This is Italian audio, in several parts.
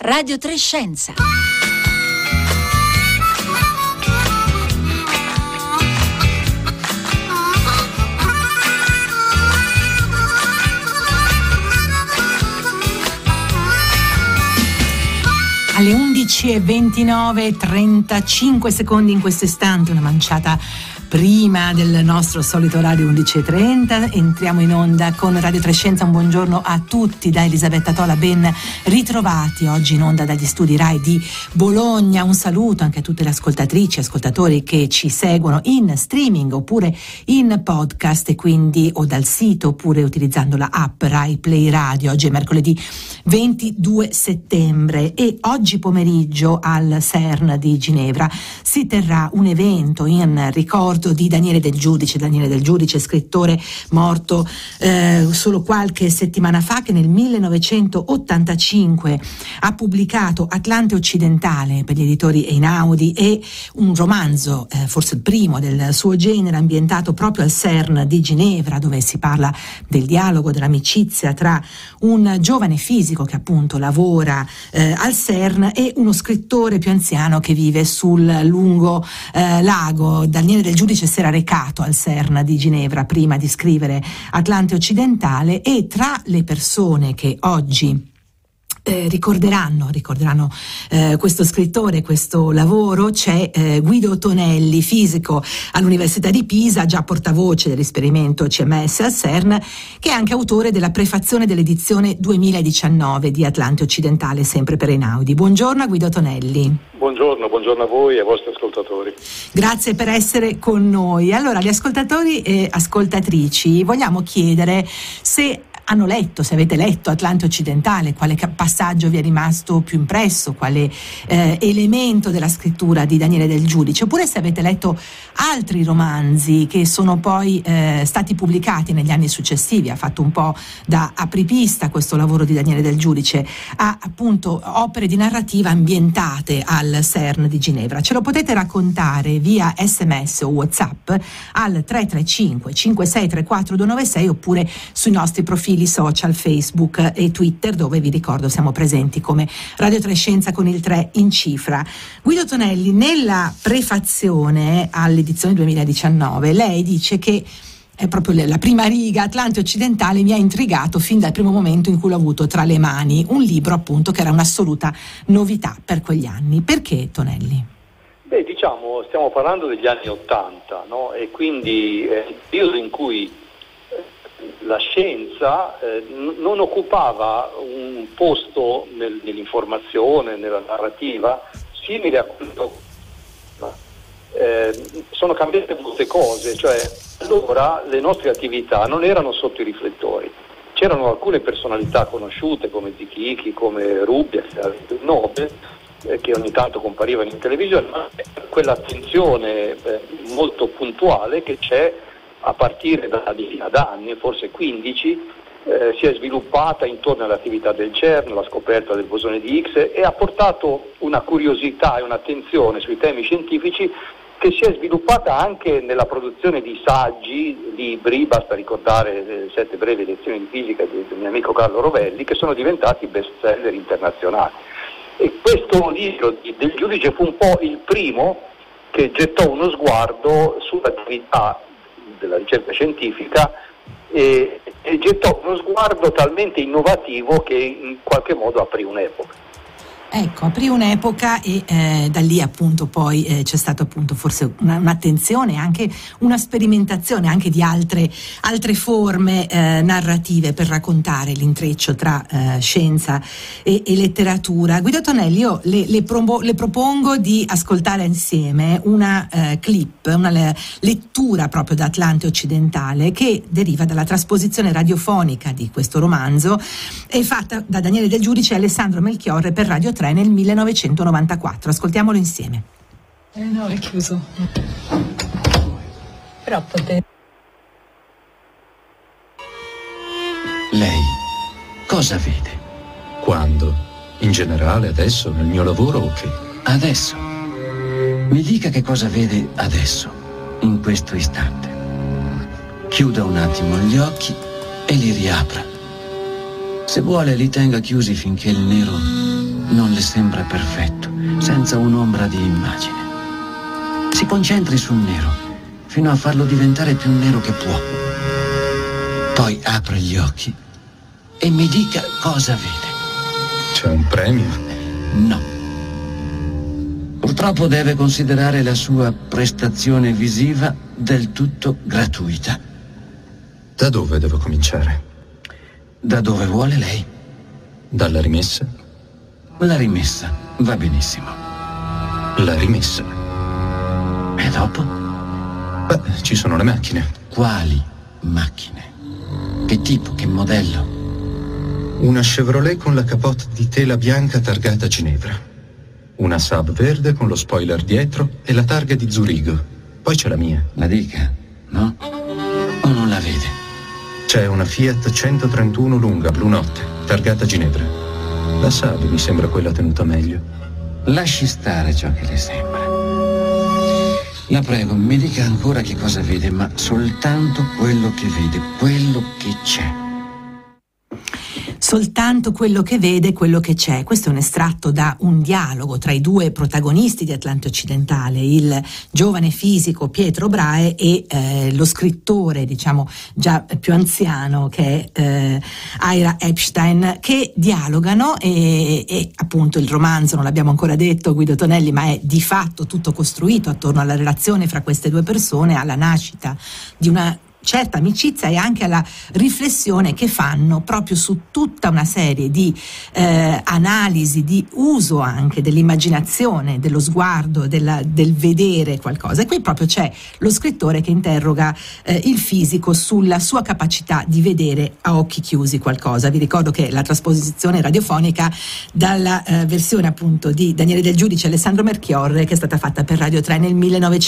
Radio 3 Scienza. Alle 11:29, 35 secondi in questo istante, una manciata prima del nostro solito orario 11:30. Entriamo in onda con Radio 3 Scienza. Un buongiorno a tutti da Elisabetta Tola, ben ritrovati oggi in onda dagli studi RAI di Bologna. Un saluto anche a tutte le ascoltatrici e ascoltatori che ci seguono in streaming oppure in podcast, e quindi o dal sito oppure utilizzando la app RAI Play Radio. Oggi è mercoledì 22 settembre e oggi pomeriggio al CERN di Ginevra si terrà un evento in ricordo di Daniele Del Giudice, scrittore morto solo qualche settimana fa, che nel 1985 ha pubblicato Atlante Occidentale per gli editori Einaudi, e un romanzo, forse il primo del suo genere, ambientato proprio al CERN di Ginevra, dove si parla del dialogo, dell'amicizia tra un giovane fisico che appunto lavora al CERN e uno scrittore più anziano che vive sul lungo lago. Daniele Del Giudice si era recato al CERN di Ginevra prima di scrivere Atlante Occidentale, e tra le persone che oggi ricorderanno questo scrittore, questo lavoro, c'è Guido Tonelli, fisico all'Università di Pisa, già portavoce dell'esperimento CMS al CERN, che è anche autore della prefazione dell'edizione 2019 di Atlante Occidentale, sempre per Einaudi. Buongiorno a Guido Tonelli. Buongiorno a voi e ai vostri ascoltatori. Grazie per essere con noi. Allora, gli ascoltatori e ascoltatrici vogliamo chiedere se avete letto Atlante Occidentale, quale passaggio vi è rimasto più impresso, quale elemento della scrittura di Daniele Del Giudice, oppure se avete letto altri romanzi che sono poi stati pubblicati negli anni successivi. Ha fatto un po' da apripista questo lavoro di Daniele Del Giudice a appunto opere di narrativa ambientate al CERN di Ginevra. Ce lo potete raccontare via SMS o WhatsApp al 335 5634 296 oppure sui nostri profili social Facebook e Twitter, dove vi ricordo siamo presenti come Radio 3 Scienza con il 3 in cifra. Guido Tonelli, nella prefazione all'edizione 2019 lei dice che è proprio la prima riga, Atlante Occidentale mi ha intrigato fin dal primo momento in cui l'ho avuto tra le mani, un libro appunto che era un'assoluta novità per quegli anni. Perché, Tonelli? Stiamo parlando degli anni '80, no? E quindi il periodo in cui la scienza non occupava un posto nell'informazione, nella narrativa, simile a quello. Sono cambiate molte cose, cioè allora le nostre attività non erano sotto i riflettori. C'erano alcune personalità conosciute come Zichichi, come Rubbia, Nobel, che ogni tanto comparivano in televisione, ma quell'attenzione molto puntuale che c'è a partire da anni, forse 15, si è sviluppata intorno all'attività del CERN, la scoperta del bosone di Higgs, e ha portato una curiosità e un'attenzione sui temi scientifici che si è sviluppata anche nella produzione di saggi, libri. Basta ricordare 7 brevi lezioni di fisica del mio amico Carlo Rovelli, che sono diventati bestseller internazionali. E questo libro Del Giudice fu un po' il primo che gettò uno sguardo sull'attività della ricerca scientifica e gettò uno sguardo talmente innovativo che in qualche modo aprì un'epoca. Ecco, aprì un'epoca e da lì appunto poi c'è stato appunto forse un'attenzione, anche una sperimentazione anche di altre forme narrative per raccontare l'intreccio tra scienza e letteratura. Guido Tonelli, io le propongo di ascoltare insieme una clip, una lettura proprio da Atlante Occidentale, che deriva dalla trasposizione radiofonica di questo romanzo, è fatta da Daniele Del Giudice e Alessandro Melchiorre per Radio 3 nel 1994. Ascoltiamolo insieme. No, è chiuso. Però Lei cosa vede? Quando? In generale, adesso, nel mio lavoro o che? Adesso. Mi dica che cosa vede adesso, in questo istante. Chiuda un attimo gli occhi e li riapra. Se vuole li tenga chiusi finché il nero non le sembra perfetto, senza un'ombra di immagine. Si concentri sul nero, fino a farlo diventare più nero che può. Poi apre gli occhi e mi dica cosa vede. C'è un premio? No. Purtroppo deve considerare la sua prestazione visiva del tutto gratuita. Da dove devo cominciare? Da dove vuole lei? Dalla rimessa? La rimessa va benissimo. La rimessa? E dopo? Beh, ci sono le macchine. Quali macchine? Che tipo, che modello? Una Chevrolet con la capote di tela bianca targata Ginevra. Una Saab verde con lo spoiler dietro e la targa di Zurigo. Poi c'è la mia. La dica, no? O non la vede? C'è una Fiat 131 lunga, blu notte, targata Ginevra. La Saab mi sembra quella tenuta meglio. Lasci stare ciò che le sembra. La prego, mi dica ancora che cosa vede, ma soltanto quello che vede, quello che c'è. Soltanto quello che vede, quello che c'è. Questo è un estratto da un dialogo tra i due protagonisti di Atlante Occidentale, il giovane fisico Pietro Brahe e lo scrittore, diciamo già più anziano, che è Ira Epstein, che dialogano e appunto il romanzo, non l'abbiamo ancora detto Guido Tonelli, ma è di fatto tutto costruito attorno alla relazione fra queste due persone, alla nascita di una certa amicizia e anche alla riflessione che fanno proprio su tutta una serie di analisi, di uso anche dell'immaginazione, dello sguardo, del vedere qualcosa. E qui proprio c'è lo scrittore che interroga il fisico sulla sua capacità di vedere a occhi chiusi qualcosa. Vi ricordo che la trasposizione radiofonica dalla versione appunto di Daniele Del Giudice e Alessandro Melchiorre, che è stata fatta per Radio 3 nel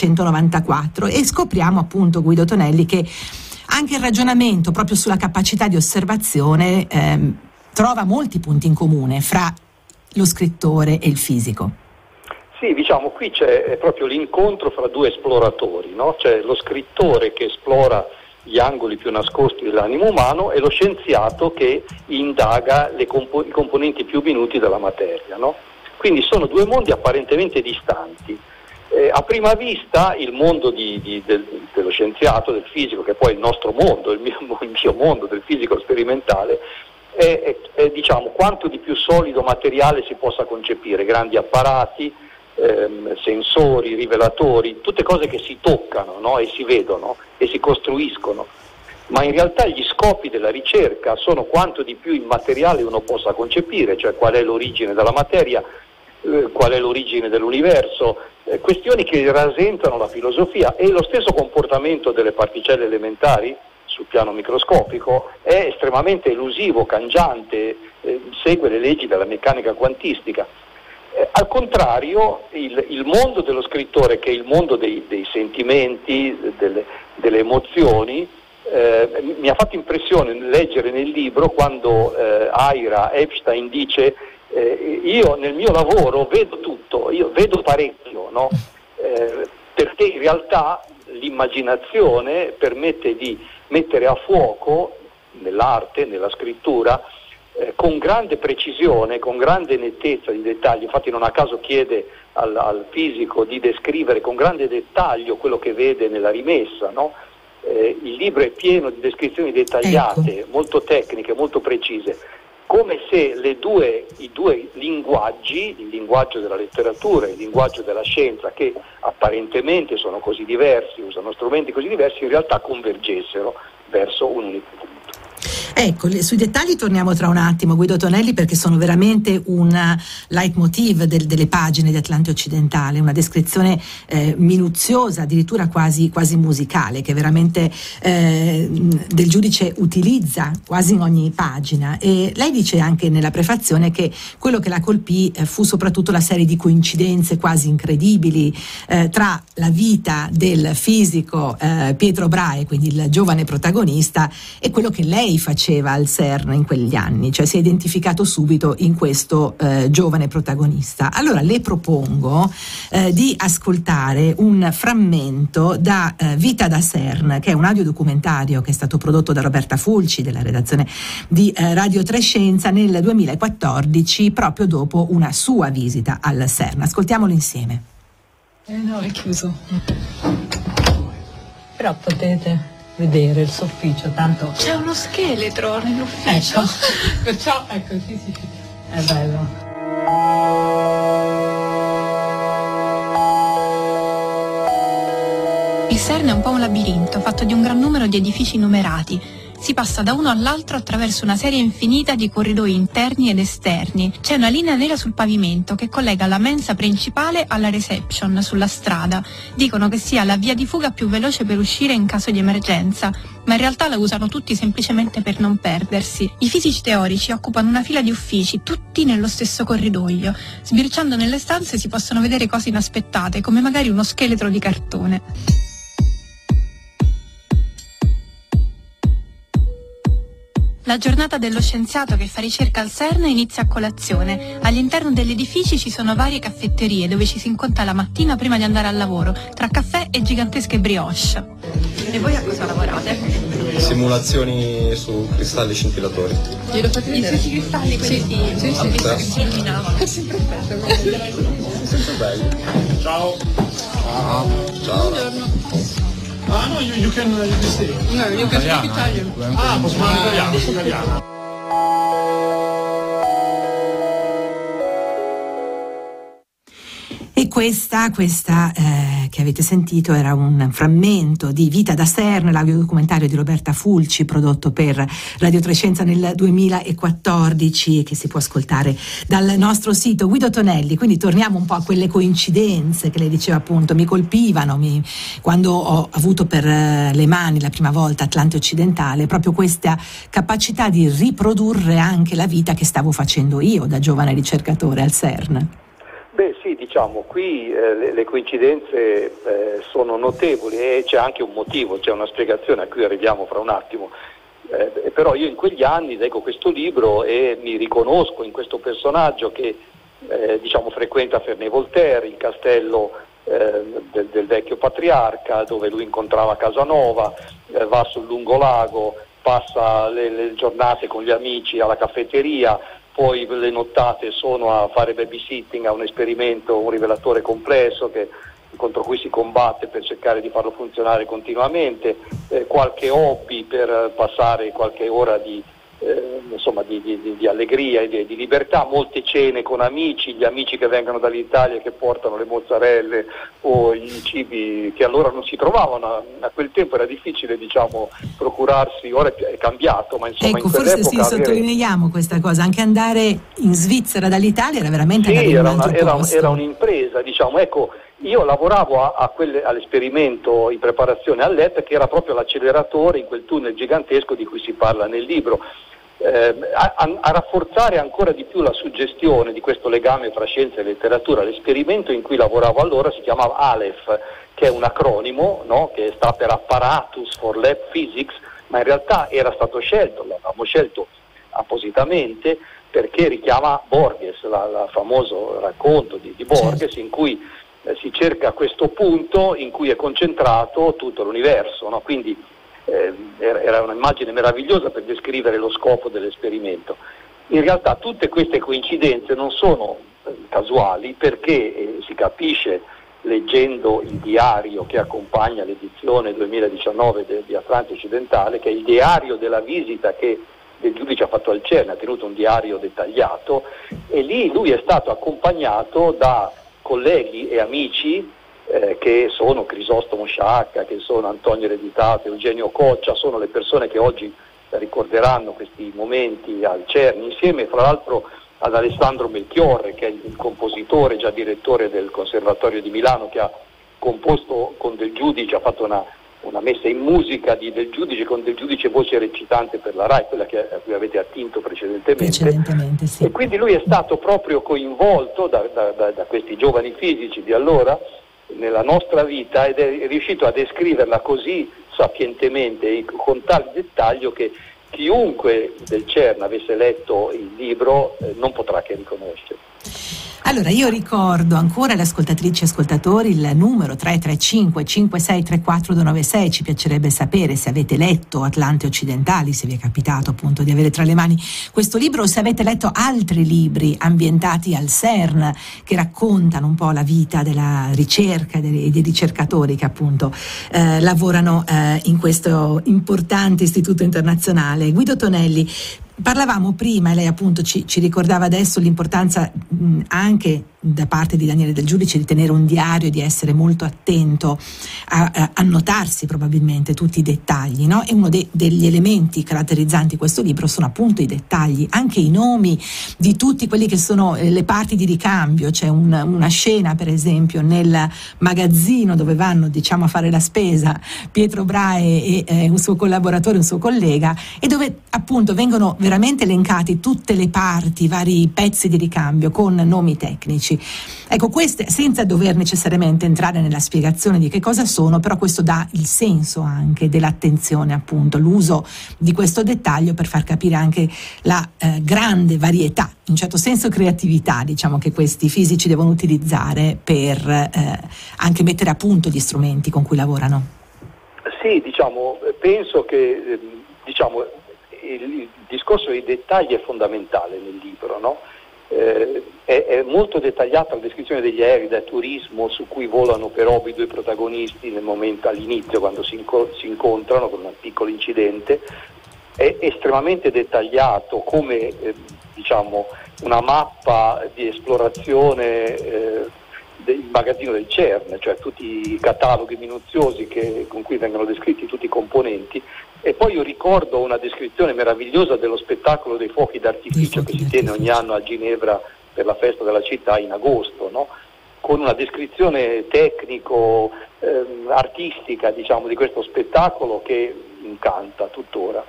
1994, e scopriamo appunto, Guido Tonelli, che anche il ragionamento proprio sulla capacità di osservazione trova molti punti in comune fra lo scrittore e il fisico. Sì, diciamo, qui c'è proprio l'incontro fra due esploratori, no? C'è lo scrittore che esplora gli angoli più nascosti dell'animo umano e lo scienziato che indaga i componenti più minuti della materia, no? Quindi sono due mondi apparentemente distanti. A prima vista il mondo dello scienziato, del fisico, che poi è il nostro mondo, il mio mondo del fisico sperimentale, è diciamo quanto di più solido materiale si possa concepire, grandi apparati, sensori, rivelatori, tutte cose che si toccano, no? E si vedono e si costruiscono. Ma in realtà gli scopi della ricerca sono quanto di più immateriale uno possa concepire, cioè qual è l'origine della materia, qual è l'origine dell'universo, questioni che rasentano la filosofia, e lo stesso comportamento delle particelle elementari sul piano microscopico è estremamente elusivo, cangiante, segue le leggi della meccanica quantistica. Al contrario, il mondo dello scrittore, che è il mondo dei sentimenti, delle emozioni, mi ha fatto impressione leggere nel libro quando Ira Epstein dice: io nel mio lavoro vedo tutto, io vedo parecchio, no? Perché in realtà l'immaginazione permette di mettere a fuoco nell'arte, nella scrittura, con grande precisione, con grande nettezza di dettagli. Infatti non a caso chiede al fisico di descrivere con grande dettaglio quello che vede nella rimessa, no? Il libro è pieno di descrizioni dettagliate, molto tecniche, molto precise, come se i due linguaggi, il linguaggio della letteratura e il linguaggio della scienza, che apparentemente sono così diversi, usano strumenti così diversi, in realtà convergessero verso un unico punto. Ecco, sui dettagli torniamo tra un attimo, Guido Tonelli, perché sono veramente un leitmotiv delle pagine di Atlante Occidentale, una descrizione minuziosa, addirittura quasi musicale, che veramente Del Giudice utilizza quasi in ogni pagina. E lei dice anche nella prefazione che quello che la colpì fu soprattutto la serie di coincidenze quasi incredibili tra la vita del fisico Pietro Brahe, quindi il giovane protagonista, e quello che lei faceva faceva al CERN in quegli anni, cioè si è identificato subito in questo giovane protagonista. Allora le propongo di ascoltare un frammento da Vita da CERN, che è un audiodocumentario che è stato prodotto da Roberta Fulci della redazione di Radio Trescenza nel 2014, proprio dopo una sua visita al CERN. Ascoltiamolo insieme. No, è chiuso. Però potete vedere il sofficio, tanto c'è uno scheletro nell'ufficio. Ecco, perciò ecco, sì, è bello. Il CERN è un po' un labirinto fatto di un gran numero di edifici numerati. Si passa da uno all'altro attraverso una serie infinita di corridoi interni ed esterni. C'è una linea nera sul pavimento che collega la mensa principale alla reception sulla strada. Dicono che sia la via di fuga più veloce per uscire in caso di emergenza, ma in realtà la usano tutti semplicemente per non perdersi. I fisici teorici occupano una fila di uffici, tutti nello stesso corridoio. Sbirciando nelle stanze si possono vedere cose inaspettate, come magari uno scheletro di cartone. La giornata dello scienziato che fa ricerca al CERN inizia a colazione. All'interno degli edifici ci sono varie caffetterie dove ci si incontra la mattina prima di andare al lavoro, tra caffè e gigantesche brioche. E voi a cosa lavorate? Simulazioni su cristalli scintillatori. Glielo fate vedere? I cristalli, quelli sì. Ho visto che si illuminava. È sempre bello. È sempre bello. Ciao. Ciao. Buongiorno. Ah no, you can stay. No, you can speak Italian. Ah, posso parlare italiano, E questa che avete sentito era un frammento di Vita da CERN, l'audiodocumentario di Roberta Fulci prodotto per Radio Trescenza nel 2014, che si può ascoltare dal nostro sito. Guido Tonelli, quindi torniamo un po' a quelle coincidenze che lei diceva, appunto, mi colpivano quando ho avuto per le mani la prima volta Atlante Occidentale, proprio questa capacità di riprodurre anche la vita che stavo facendo io da giovane ricercatore al CERN. Beh sì, diciamo, qui le coincidenze sono notevoli e c'è anche un motivo, c'è una spiegazione a cui arriviamo fra un attimo. Però io in quegli anni leggo questo libro e mi riconosco in questo personaggio che frequenta Ferney-Voltaire, il castello del vecchio patriarca, dove lui incontrava Casanova, va sul lungolago, passa le giornate con gli amici alla caffetteria, poi le nottate sono a fare babysitting a un esperimento, un rivelatore complesso contro cui si combatte per cercare di farlo funzionare continuamente, qualche hobby per passare qualche ora di allegria e di libertà, molte cene con amici, gli amici che vengono dall'Italia e che portano le mozzarelle o i cibi che allora non si trovavano. A quel tempo era difficile, procurarsi, ora è cambiato, ma insomma, ecco, in quell'epoca forse sottolineiamo questa cosa, anche andare in Svizzera dall'Italia era veramente era un'impresa, ecco. Io lavoravo all'esperimento in preparazione al LET, che era proprio l'acceleratore in quel tunnel gigantesco di cui si parla nel libro. A rafforzare ancora di più la suggestione di questo legame tra scienza e letteratura, l'esperimento in cui lavoravo allora si chiamava ALEPH, che è un acronimo, no? Che sta per Apparatus for Lab Physics, ma in realtà era stato scelto, l'avevamo scelto appositamente perché richiama Borges, il famoso racconto di Borges, in cui si cerca questo punto in cui è concentrato tutto l'universo, no? Quindi era un'immagine meravigliosa per descrivere lo scopo dell'esperimento. In realtà tutte queste coincidenze non sono casuali, perché si capisce leggendo il diario che accompagna l'edizione 2019 di Atlante Occidentale, che è il diario della visita che il giudice ha fatto al CERN, ha tenuto un diario dettagliato, e lì lui è stato accompagnato da colleghi e amici che sono Crisostomo Sciacca, che sono Antonio Ereditato, Eugenio Coccia, sono le persone che oggi ricorderanno questi momenti al CERN, insieme fra l'altro ad Alessandro Melchiorre, che è il compositore, già direttore del Conservatorio di Milano, che ha composto con Del Giudice, ha fatto una messa in musica Del Giudice con Del Giudice voce recitante per la RAI, quella a cui avete attinto precedentemente, sì. E quindi lui è stato proprio coinvolto da questi giovani fisici di allora nella nostra vita, ed è riuscito a descriverla così sapientemente e con tale dettaglio che chiunque del CERN avesse letto il libro non potrà che riconoscere. Allora, io ricordo ancora le ascoltatrici e ascoltatori il numero 335 5634 296. Ci piacerebbe sapere se avete letto Atlanti Occidentali, se vi è capitato appunto di avere tra le mani questo libro, o se avete letto altri libri ambientati al CERN che raccontano un po' la vita della ricerca, dei ricercatori che appunto lavorano in questo importante istituto internazionale. Guido Tonelli, parlavamo prima, e lei appunto ci ricordava adesso l'importanza anche da parte di Daniele Del Giudice di tenere un diario, di essere molto attento a annotarsi probabilmente tutti i dettagli, no? E uno degli elementi caratterizzanti questo libro sono appunto i dettagli, anche i nomi di tutti quelli che sono le parti di ricambio. C'è una scena per esempio nel magazzino dove vanno, diciamo, a fare la spesa Pietro Brahe e un suo collaboratore, un suo collega, e dove appunto vengono veramente elencati tutte le parti, i vari pezzi di ricambio con nomi tecnici. Ecco, queste, senza dover necessariamente entrare nella spiegazione di che cosa sono, però questo dà il senso anche dell'attenzione, appunto, l'uso di questo dettaglio per far capire anche la grande varietà, in un certo senso creatività, diciamo, che questi fisici devono utilizzare per anche mettere a punto gli strumenti con cui lavorano. Sì, penso che il discorso dei dettagli è fondamentale nel libro, no? È molto dettagliata la descrizione degli aerei da turismo su cui volano per hobby 2 protagonisti nel momento, all'inizio, quando si incontrano con un piccolo incidente. È estremamente dettagliato come una mappa di esplorazione del magazzino del CERN, cioè tutti i cataloghi minuziosi con cui vengono descritti tutti i componenti. E poi io ricordo una descrizione meravigliosa dello spettacolo dei fuochi d'artificio che si tiene ogni anno a Ginevra per la festa della città in agosto, no? Con una descrizione tecnico-artistica di questo spettacolo che incanta tuttora.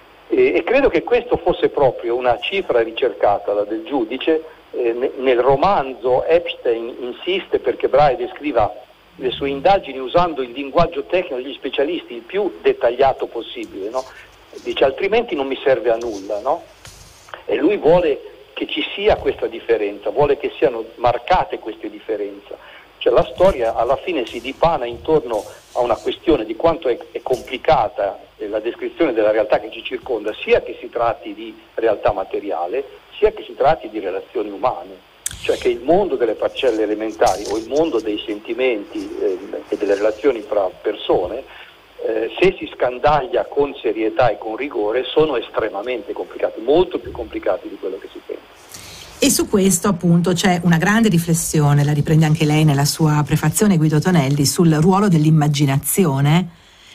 E credo che questo fosse proprio una cifra ricercata da Del Giudice. Nel romanzo Epstein insiste perché Brahe descriva le sue indagini usando il linguaggio tecnico degli specialisti il più dettagliato possibile, no? Dice, altrimenti non mi serve a nulla, no? E lui vuole che ci sia questa differenza, vuole che siano marcate queste differenze. Cioè la storia alla fine si dipana intorno a una questione di quanto è complicata la descrizione della realtà che ci circonda, sia che si tratti di realtà materiale, sia che si tratti di relazioni umane. Cioè che il mondo delle parcelle elementari o il mondo dei sentimenti e delle relazioni fra persone, se si scandaglia con serietà e con rigore, sono estremamente complicati, molto più complicati di quello che si pensa. E su questo appunto c'è una grande riflessione, la riprende anche lei nella sua prefazione, Guido Tonelli, sul ruolo dell'immaginazione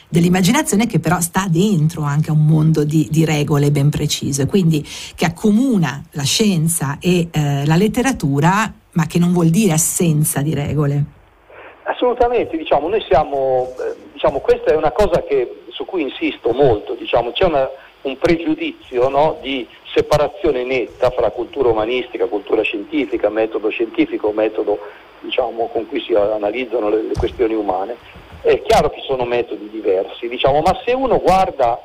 che però sta dentro anche a un mondo di regole ben precise, quindi che accomuna la scienza e la letteratura, ma che non vuol dire assenza di regole. Assolutamente, noi siamo, questa è una cosa su cui insisto molto, c'è un pregiudizio, no, di separazione netta fra cultura umanistica, cultura scientifica, metodo scientifico, metodo con cui si analizzano le questioni umane. È chiaro che sono metodi diversi, ma se uno guarda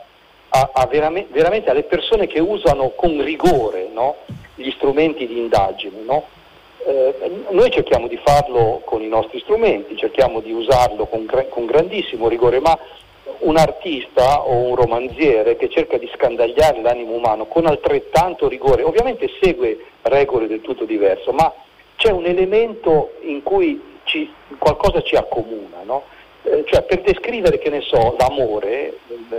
veramente alle persone che usano con rigore, no, gli strumenti di indagine, no? Noi cerchiamo di farlo con i nostri strumenti, cerchiamo di usarlo con grandissimo rigore, ma un artista o un romanziere che cerca di scandagliare l'animo umano con altrettanto rigore, ovviamente segue regole del tutto diverse, ma c'è un elemento in cui qualcosa ci accomuna, no? Cioè per descrivere, che ne so, l'amore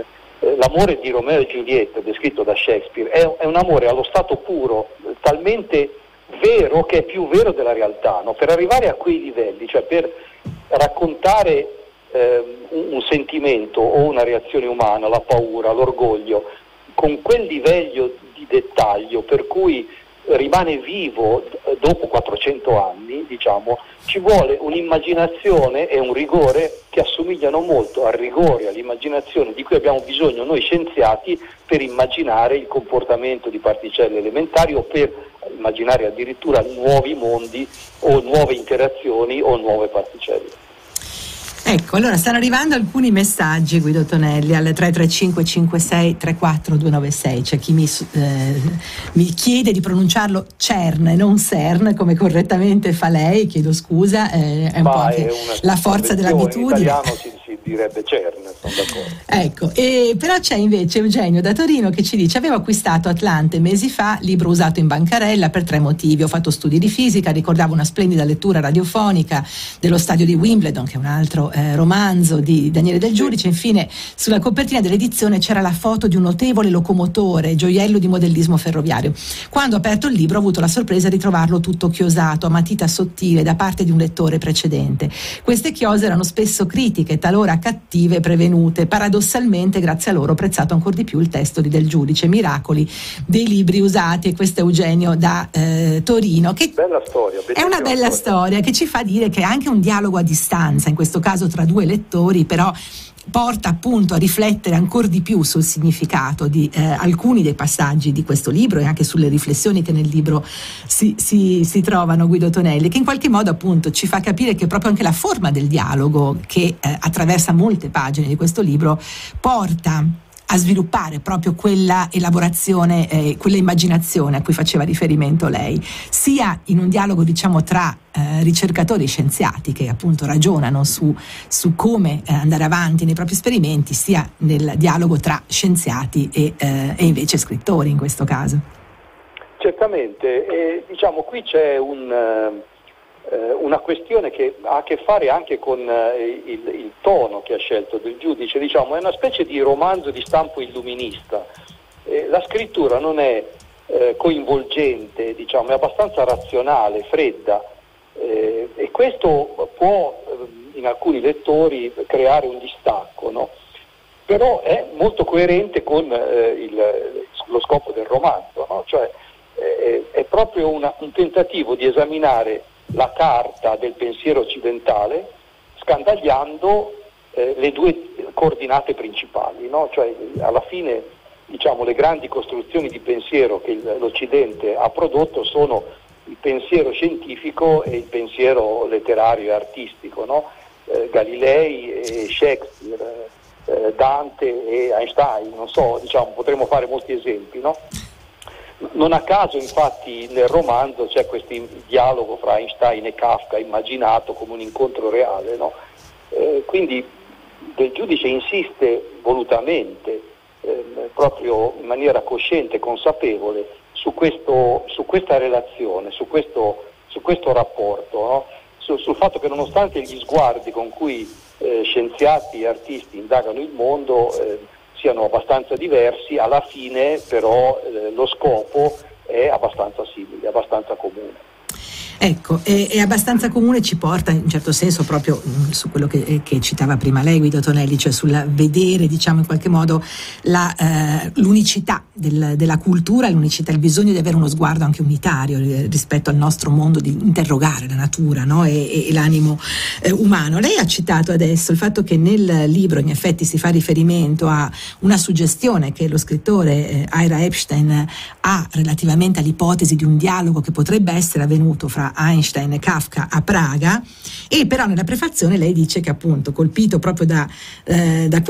di Romeo e Giulietta descritto da Shakespeare è un amore allo stato puro, talmente vero che è più vero della realtà, no? Per arrivare a quei livelli, cioè per raccontare un sentimento o una reazione umana, la paura, l'orgoglio, con quel livello di dettaglio per cui rimane vivo dopo 400 anni, ci vuole un'immaginazione e un rigore che assomigliano molto al rigore, all'immaginazione di cui abbiamo bisogno noi scienziati per immaginare il comportamento di particelle elementari o per immaginare addirittura nuovi mondi o nuove interazioni o nuove particelle. Ecco, allora stanno arrivando alcuni messaggi, Guido Tonelli, al 335 56 34 296. C'è chi mi chiede di pronunciarlo CERN e non CERN, come correttamente fa lei, chiedo scusa, è un po' anche la forza dell'abitudine. In italiano si direbbe CERN, sono d'accordo. Ecco, però c'è invece Eugenio da Torino che ci dice: avevo acquistato Atlante mesi fa, libro usato in bancarella per 3 motivi. Ho fatto studi di fisica, ricordavo una splendida lettura radiofonica dello Stadio di Wimbledon, che è un altro romanzo di Daniele Del Giudice. Infine, sulla copertina dell'edizione c'era la foto di un notevole locomotore, gioiello di modellismo ferroviario. Quando ho aperto il libro ho avuto la sorpresa di trovarlo tutto chiosato, a matita sottile, da parte di un lettore precedente. Queste chiose erano spesso critiche, talora cattive e prevenute. Paradossalmente, grazie a loro ho apprezzato ancora di più il testo di Del Giudice, Miracoli dei libri usati. E questo è Eugenio da Torino, che bella storia, è una bella storia che ci fa dire che anche un dialogo a distanza, in questo caso tra 2 lettori, però porta appunto a riflettere ancora di più sul significato di alcuni dei passaggi di questo libro e anche sulle riflessioni che nel libro si trovano, Guido Tonelli, che in qualche modo appunto ci fa capire che proprio anche la forma del dialogo che attraversa molte pagine di questo libro porta a sviluppare proprio quella elaborazione, quella immaginazione a cui faceva riferimento lei, sia in un dialogo diciamo tra ricercatori e scienziati che appunto ragionano su come andare avanti nei propri esperimenti, sia nel dialogo tra scienziati e invece scrittori in questo caso. Certamente, diciamo qui c'è una questione che ha a che fare anche con il tono che ha scelto Del Giudice, diciamo, è una specie di romanzo di stampo illuminista. La scrittura non è coinvolgente, diciamo, è abbastanza razionale, fredda, e questo può in alcuni lettori creare un distacco, no? Però è molto coerente con lo scopo del romanzo, no? Cioè è proprio un tentativo di esaminare la carta del pensiero occidentale scandagliando le 2 coordinate principali, no? Cioè alla fine, diciamo, le grandi costruzioni di pensiero che l'Occidente ha prodotto sono il pensiero scientifico e il pensiero letterario e artistico, no? Galilei e Shakespeare, Dante e Einstein, non so, diciamo, potremmo fare molti esempi, no? Non a caso infatti nel romanzo c'è questo dialogo fra Einstein e Kafka immaginato come un incontro reale, no? Quindi Del Giudice insiste volutamente, proprio in maniera cosciente e consapevole su questa relazione, su questo rapporto, no? Sul fatto che nonostante gli sguardi con cui scienziati e artisti indagano il mondo siano abbastanza diversi, alla fine però lo scopo è abbastanza simile, abbastanza comune. Ecco, è abbastanza comune, ci porta in un certo senso proprio su quello che citava prima lei, Guido Tonelli, cioè sul vedere, diciamo, in qualche modo l'unicità della cultura, l'unicità, il bisogno di avere uno sguardo anche unitario rispetto al nostro mondo, di interrogare la natura, no? e l'animo umano. Lei ha citato adesso il fatto che nel libro in effetti si fa riferimento a una suggestione che lo scrittore Ira Epstein ha relativamente all'ipotesi di un dialogo che potrebbe essere avvenuto fra Einstein e Kafka a Praga, e però nella prefazione lei dice che appunto colpito proprio da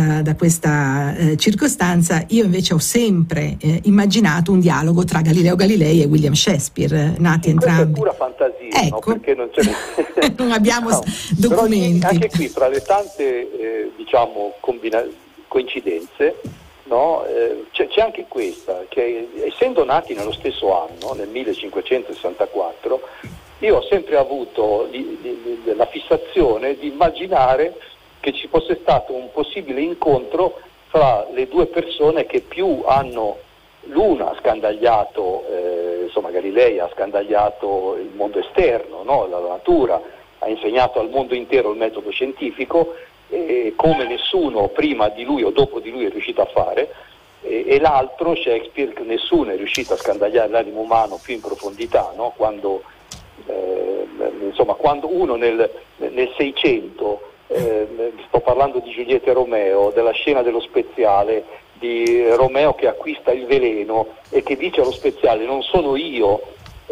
questa circostanza, io invece ho sempre immaginato un dialogo tra Galileo Galilei e William Shakespeare, nati entrambi. Questa è pura fantasia, ecco. No? Perché non c'è non abbiamo no, documenti. Però anche qui fra le tante diciamo coincidenze, no? C'è anche questa, che essendo nati nello stesso anno, nel 1564, io ho sempre avuto la fissazione di immaginare che ci fosse stato un possibile incontro fra le 2 persone che più hanno, l'una ha scandagliato, Galilei ha scandagliato il mondo esterno, no? La natura, ha insegnato al mondo intero il metodo scientifico, come nessuno prima di lui o dopo di lui è riuscito a fare, e l'altro, Shakespeare, nessuno è riuscito a scandagliare l'animo umano più in profondità, no? Quando uno nel 600, sto parlando di Giulietta e Romeo, della scena dello Speziale, di Romeo che acquista il veleno e che dice allo Speziale: non sono io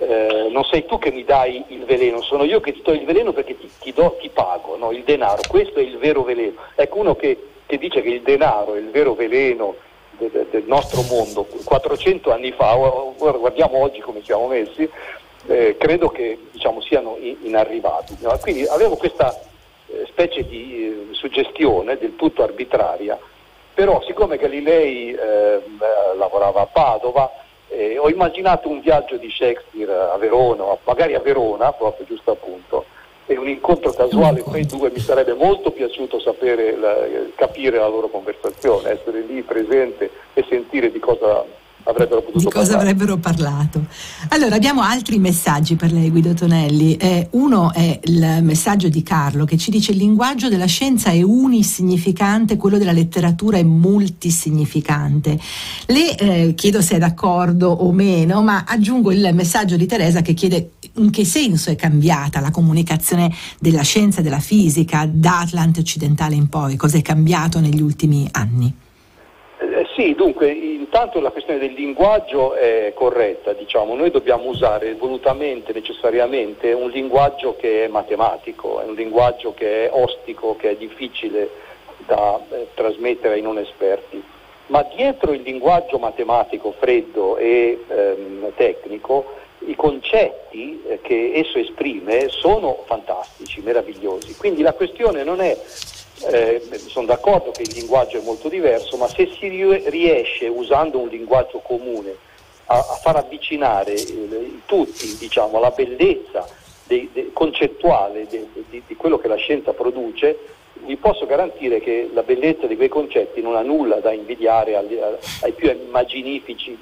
non sei tu che mi dai il veleno, sono io che ti do il veleno perché ti pago, no? Il denaro, questo è il vero veleno. Ecco, uno che dice che il denaro è il vero veleno del nostro mondo 400 anni fa, ora guardiamo oggi come siamo messi, credo che siano inarrivabili, no? Quindi avevo questa specie di suggestione del tutto arbitraria, però siccome Galilei lavorava a Padova, ho immaginato un viaggio di Shakespeare a Verona, magari a Verona, proprio giusto appunto, e un incontro casuale tra i due. Mi sarebbe molto piaciuto capire la loro conversazione, essere lì presente e sentire di cosa avrebbero potuto parlare. Di cosa avrebbero parlato. Allora, abbiamo altri messaggi per lei, Guido Tonelli. Uno è il messaggio di Carlo che ci dice: il linguaggio della scienza è unisignificante, quello della letteratura è multisignificante. Le chiedo se è d'accordo o meno, ma aggiungo il messaggio di Teresa che chiede in che senso è cambiata la comunicazione della scienza e della fisica da Atlante occidentale in poi, cosa è cambiato negli ultimi anni? Sì, dunque, intanto la questione del linguaggio è corretta, noi dobbiamo usare volutamente, necessariamente, un linguaggio che è matematico, è un linguaggio che è ostico, che è difficile da trasmettere ai non esperti, ma dietro il linguaggio matematico freddo e tecnico, i concetti che esso esprime sono fantastici, meravigliosi, quindi la questione non è sono d'accordo che il linguaggio è molto diverso, ma se si riesce, usando un linguaggio comune, a far avvicinare tutti, alla bellezza concettuale di quello che la scienza produce, vi posso garantire che la bellezza di quei concetti non ha nulla da invidiare ai più immaginifici,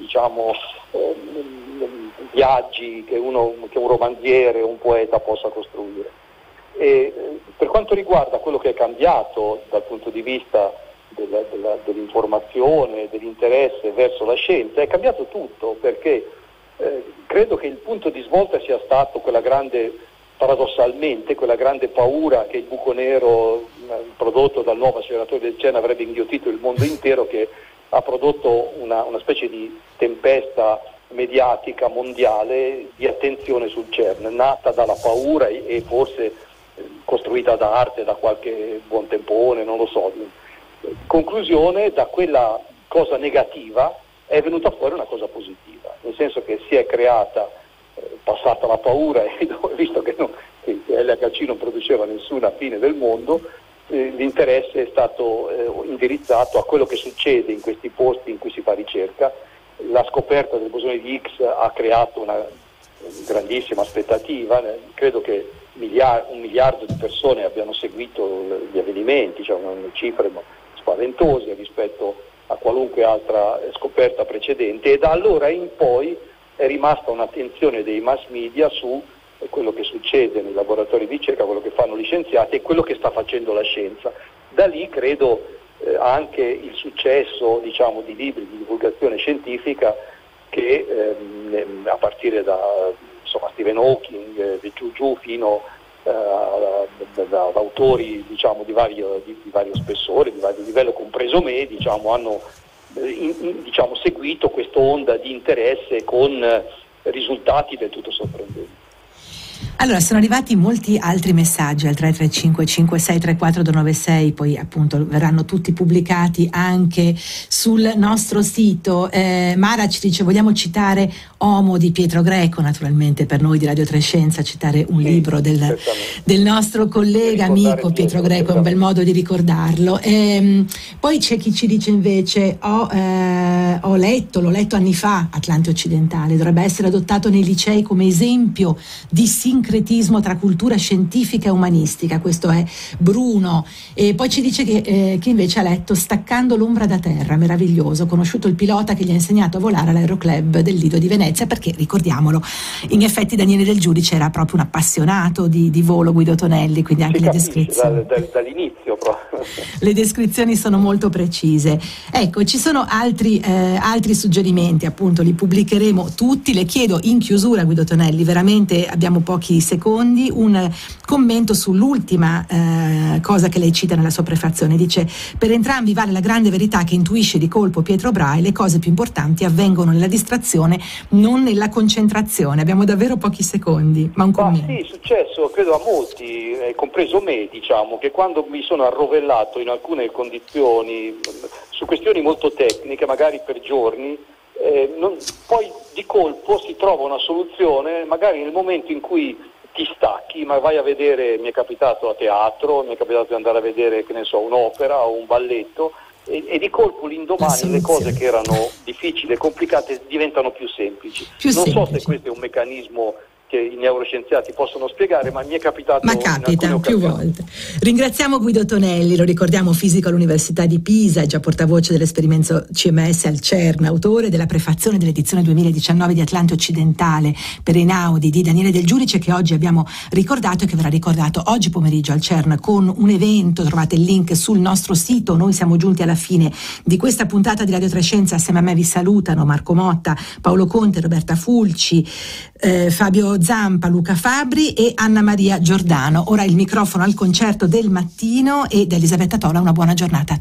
viaggi che un romanziere o un poeta possa costruire. E per quanto riguarda quello che è cambiato dal punto di vista dell'informazione, dell'interesse verso la scienza, è cambiato tutto, perché credo che il punto di svolta sia stato paradossalmente quella grande paura che il buco nero prodotto dal nuovo acceleratore del CERN avrebbe inghiottito il mondo intero, che ha prodotto una specie di tempesta mediatica mondiale di attenzione sul CERN, nata dalla paura e forse costruita da arte, da qualche buon tempone, non lo so. Conclusione, da quella cosa negativa è venuta fuori una cosa positiva, nel senso che si è creata, passata la paura, e visto che LHC non produceva nessuna fine del mondo, l'interesse è stato indirizzato a quello che succede in questi posti in cui si fa ricerca. La scoperta del bosone di Higgs ha creato una grandissima aspettativa, credo che 1 miliardo di persone abbiano seguito gli avvenimenti, cifre spaventose rispetto a qualunque altra scoperta precedente, e da allora in poi è rimasta un'attenzione dei mass media su quello che succede nei laboratori di ricerca, quello che fanno gli scienziati e quello che sta facendo la scienza. Da lì credo anche il successo di libri di divulgazione scientifica che a partire da Stephen Hawking, giù fino ad autori di vario spessore, di vario livello, compreso me, hanno seguito questa onda di interesse con risultati del tutto sorprendenti. Allora, sono arrivati molti altri messaggi al 335 5634 296, poi appunto verranno tutti pubblicati anche sul nostro sito. Mara ci dice: vogliamo citare Homo di Pietro Greco, naturalmente per noi di Radio Trescenza citare un libro del nostro collega amico Pietro Greco è un bel modo di ricordarlo. Poi c'è chi ci dice invece: l'ho letto anni fa, Atlante occidentale dovrebbe essere adottato nei licei come esempio di sincretismo tra cultura scientifica e umanistica. Questo è Bruno. E poi ci dice che invece ha letto Staccando l'ombra da terra, meraviglioso, conosciuto il pilota che gli ha insegnato a volare all'Aeroclub del Lido di Venezia, perché ricordiamolo, in effetti Daniele Del Giudice era proprio un appassionato di volo, Guido Tonelli, quindi anche le descrizioni dall'inizio proprio. Le descrizioni sono molto precise. Ecco, ci sono altri suggerimenti, appunto li pubblicheremo tutti. Le chiedo in chiusura, Guido Tonelli, veramente abbiamo pochi pochi secondi un commento sull'ultima cosa che lei cita nella sua prefazione. Dice: per entrambi vale la grande verità che intuisce di colpo Pietro Bray: le cose più importanti avvengono nella distrazione, non nella concentrazione. Abbiamo davvero pochi secondi, ma un commento. Sì, è successo credo a molti, compreso me, diciamo, che quando mi sono arrovellato in alcune condizioni su questioni molto tecniche, magari per giorni, poi di colpo si trova una soluzione, magari nel momento in cui ti stacchi, ma vai a vedere, mi è capitato a teatro, mi è capitato di andare a vedere, che ne so, un'opera o un balletto, e di colpo l'indomani le cose che erano difficili e complicate diventano più semplici. So se questo è un meccanismo che i neuroscienziati possono spiegare, ma mi è capitato. Ma capita più volte. Ringraziamo Guido Tonelli, lo ricordiamo, fisico all'Università di Pisa, già portavoce dell'esperimento CMS al CERN, autore della prefazione dell'edizione 2019 di Atlante Occidentale per Einaudi di Daniele Del Giudice, che oggi abbiamo ricordato e che verrà ricordato oggi pomeriggio al CERN con un evento. Trovate il link sul nostro sito. Noi siamo giunti alla fine di questa puntata di Radio Trescenza. Assieme a me vi salutano Marco Motta, Paolo Conte, Roberta Fulci, Fabio Zampa, Luca Fabri e Anna Maria Giordano. Ora il microfono al concerto del mattino e da Elisabetta Tola. Una buona giornata.